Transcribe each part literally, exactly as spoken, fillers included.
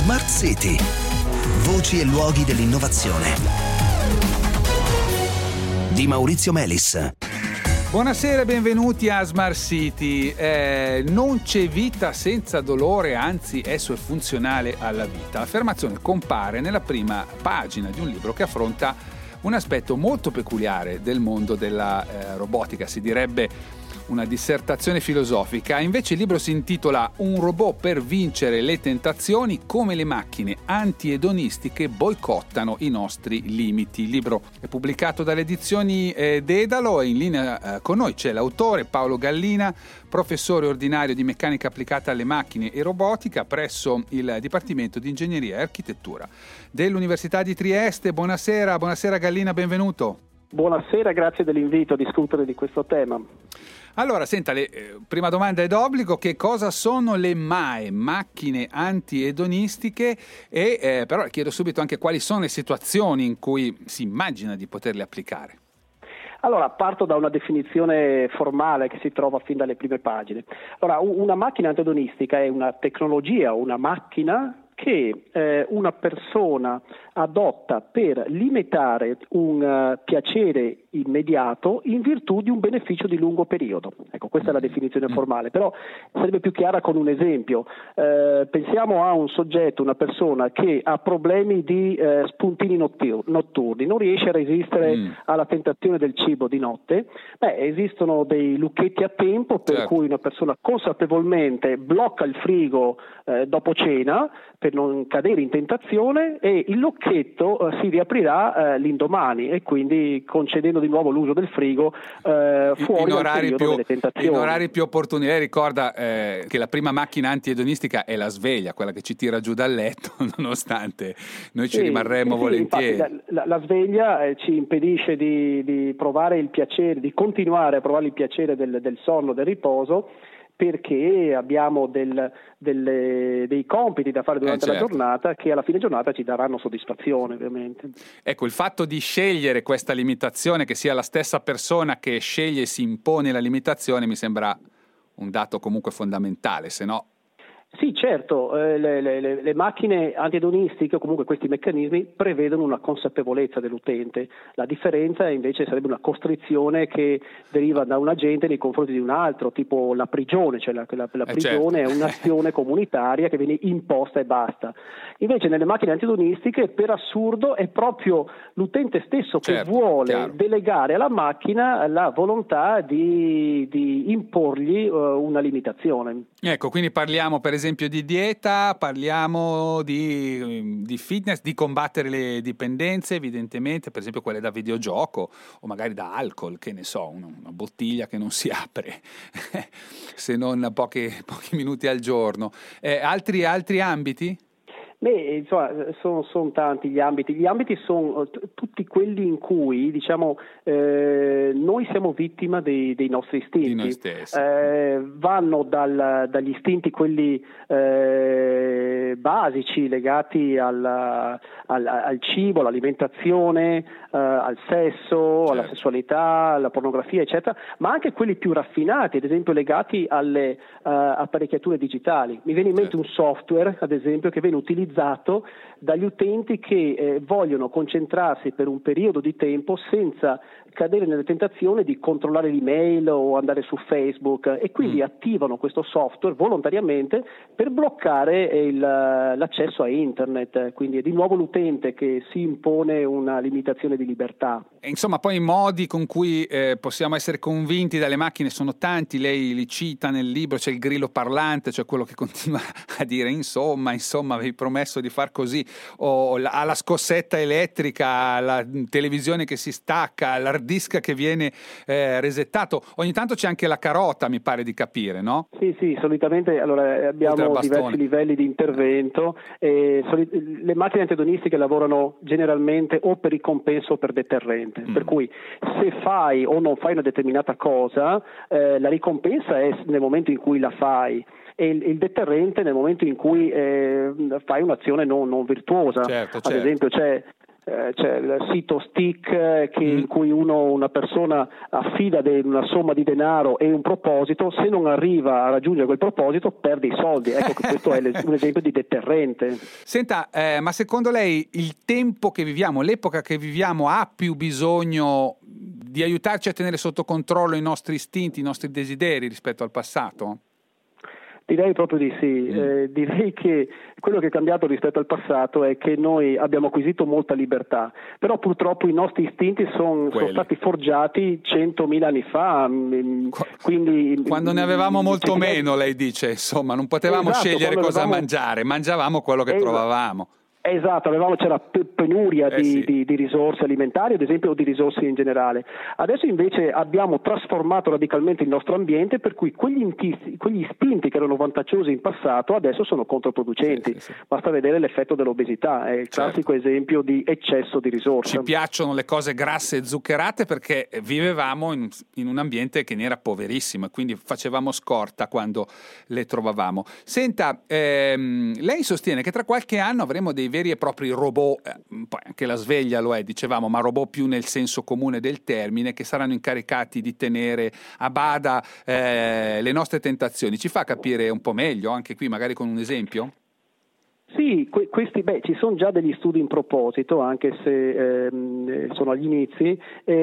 Smart City. Voci e luoghi dell'innovazione. Di Maurizio Melis. Buonasera e benvenuti a Smart City. Eh, non c'è vita senza dolore, anzi esso è funzionale alla vita. L'affermazione compare nella prima pagina di un libro che affronta un aspetto molto peculiare del mondo della eh, robotica, si direbbe una dissertazione filosofica. Invece il libro si intitola Un robot per vincere le tentazioni, come le macchine antiedonistiche boicottano i nostri limiti. Il libro è pubblicato dalle edizioni eh, Dedalo e in linea eh, con noi c'è l'autore Paolo Gallina, professore ordinario di meccanica applicata alle macchine e robotica presso il Dipartimento di Ingegneria e Architettura dell'Università di Trieste. Buonasera, buonasera Gallina, benvenuto. Buonasera, grazie dell'invito a discutere di questo tema. Allora, senta, le, eh, prima domanda è d'obbligo: che cosa sono le M A E, macchine antiedonistiche? E eh, però chiedo subito anche quali sono le situazioni in cui si immagina di poterle applicare. Allora, parto da una definizione formale che si trova fin dalle prime pagine. Allora, una macchina antiedonistica è una tecnologia, una macchina che eh, una persona adotta per limitare un uh, piacere immediato in virtù di un beneficio di lungo periodo. Ecco, questa è la definizione formale, però sarebbe più chiara con un esempio. Eh, pensiamo a un soggetto, una persona che ha problemi di eh, spuntini notturni, non riesce a resistere mm. alla tentazione del cibo di notte. Beh, esistono dei lucchetti a tempo per certo. cui una persona consapevolmente blocca il frigo eh, dopo cena per non cadere in tentazione e il lucchetto eh, si riaprirà eh, l'indomani e quindi concedendo di nuovo l'uso del frigo eh, fuori in dal periodo più, delle tentazioni. In orari più opportuni. Lei ricorda eh, che la prima macchina antiedonistica è la sveglia, quella che ci tira giù dal letto, nonostante noi ci sì, rimarremmo sì, volentieri. Infatti, la, la sveglia eh, ci impedisce di, di provare il piacere, di continuare a provare il piacere del, del sonno, del riposo, perché abbiamo del, delle, dei compiti da fare durante eh certo. la giornata che alla fine giornata ci daranno soddisfazione, ovviamente. Ecco, il fatto di scegliere questa limitazione, che sia la stessa persona che sceglie e si impone la limitazione, mi sembra un dato comunque fondamentale, se no... Sì, certo, eh, le, le, le macchine antiedonistiche o comunque questi meccanismi prevedono una consapevolezza dell'utente. La differenza invece sarebbe una costrizione che deriva da un agente nei confronti di un altro, tipo la prigione, cioè la, la, la prigione eh certo. è un'azione comunitaria che viene imposta e basta. Invece nelle macchine antiedonistiche per assurdo è proprio l'utente stesso che certo, vuole chiaro. delegare alla macchina la volontà di, di imporgli uh, una limitazione. Ecco, quindi parliamo per esempio di dieta, parliamo di, di fitness, di combattere le dipendenze, evidentemente, per esempio quelle da videogioco o magari da alcol, che ne so, una, una bottiglia che non si apre se non pochi, pochi minuti al giorno. Eh, altri, altri ambiti? Beh, insomma, sono, sono tanti gli ambiti. Gli ambiti sono t- tutti quelli in cui, diciamo, eh, noi siamo vittima dei, dei nostri istinti. Di noi stessi. Eh, vanno dal, dagli istinti quelli eh, basici legati al, al, al cibo, all'alimentazione, eh, al sesso, certo. alla sessualità, alla pornografia, eccetera, ma anche quelli più raffinati, ad esempio legati alle uh, apparecchiature digitali. Mi viene in mente certo. un software, ad esempio, che viene utilizzato dagli utenti che eh, vogliono concentrarsi per un periodo di tempo senza cadere nelle tentazioni di controllare l'email o andare su Facebook e quindi mm. attivano questo software volontariamente per bloccare il, l'accesso a internet, quindi è di nuovo l'utente che si impone una limitazione di libertà. E insomma, poi i modi con cui eh, possiamo essere convinti dalle macchine sono tanti, lei li cita nel libro, c'è il grillo parlante, cioè quello che continua a dire insomma, insomma avevi promesso di far così, o la, alla scossetta elettrica, la televisione che si stacca, l'hard disk che viene eh, resettato. Ogni tanto c'è anche la carota, mi pare di capire, no? Sì, sì, solitamente allora, abbiamo diversi livelli di intervento e soli- le macchine antedonistiche lavorano generalmente o per ricompensa o per deterrente, mm. per cui se fai o non fai una determinata cosa, eh, la ricompensa è nel momento in cui la fai e il, il deterrente nel momento in cui eh, fai un'azione non, non virtuosa. Certo, Ad certo. esempio c'è eh, c'è il sito Stick eh, che, mm. in cui uno, una persona affida de, una somma di denaro e un proposito, se non arriva a raggiungere quel proposito perde i soldi. Ecco che questo è un esempio di deterrente. Senta, eh, ma secondo lei il tempo che viviamo, l'epoca che viviamo ha più bisogno di aiutarci a tenere sotto controllo i nostri istinti, i nostri desideri rispetto al passato? Direi proprio di sì, mm. eh, direi che quello che è cambiato rispetto al passato è che noi abbiamo acquisito molta libertà, però purtroppo i nostri istinti son, sono stati forgiati centomila anni fa, quindi quando ne avevamo molto cioè, meno, lei dice, insomma, non potevamo esatto, scegliere cosa avevamo... mangiare, mangiavamo quello che esatto. trovavamo. Esatto, avevamo, c'era penuria eh di, sì. di, di risorse alimentari, ad esempio, o di risorse in generale. Adesso invece abbiamo trasformato radicalmente il nostro ambiente, per cui quegli, inti, quegli istinti che erano vantaggiosi in passato adesso sono controproducenti. Sì, sì, sì. Basta vedere l'effetto dell'obesità, è il certo. classico esempio di eccesso di risorse. Ci piacciono le cose grasse e zuccherate perché vivevamo in, in un ambiente che ne era poverissimo e quindi facevamo scorta quando le trovavamo. Senta, ehm, lei sostiene che tra qualche anno avremo dei veri e propri robot, eh, poi anche la sveglia lo è, dicevamo, ma robot più nel senso comune del termine, che saranno incaricati di tenere a bada eh, le nostre tentazioni. Ci fa capire un po' meglio, anche qui magari con un esempio? Sì, que- questi, beh, ci sono già degli studi in proposito, anche se ehm, sono agli inizi.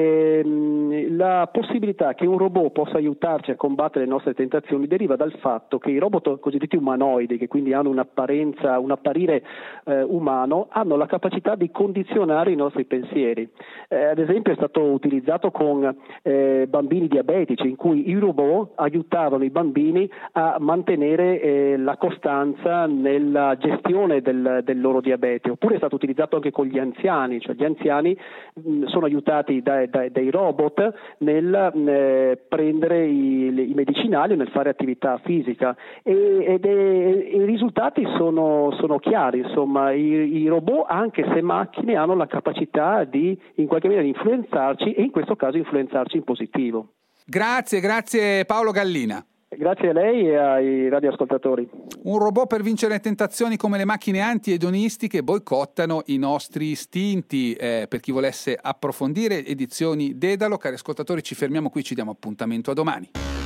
Ehm, la possibilità che un robot possa aiutarci a combattere le nostre tentazioni deriva dal fatto che i robot cosiddetti umanoidi, che quindi hanno un'apparenza, un apparire eh, umano, hanno la capacità di condizionare i nostri pensieri. Eh, ad esempio è stato utilizzato con eh, bambini diabetici, in cui i robot aiutavano i bambini a mantenere eh, la costanza nella gestione Del, del loro diabete, oppure è stato utilizzato anche con gli anziani, cioè gli anziani mh, sono aiutati dai, dai, dai robot nel mh, prendere i, i medicinali o nel fare attività fisica e, ed è, i risultati sono, sono chiari, insomma i, i robot, anche se macchine, hanno la capacità di in qualche maniera influenzarci e in questo caso influenzarci in positivo. Grazie, grazie Paolo Gallina. Grazie a lei e ai radioascoltatori. Un robot per vincere le tentazioni come le macchine anti-edonistiche boicottano i nostri istinti. Eh, per chi volesse approfondire, edizioni Dedalo. Cari ascoltatori, ci fermiamo qui, ci diamo appuntamento a domani.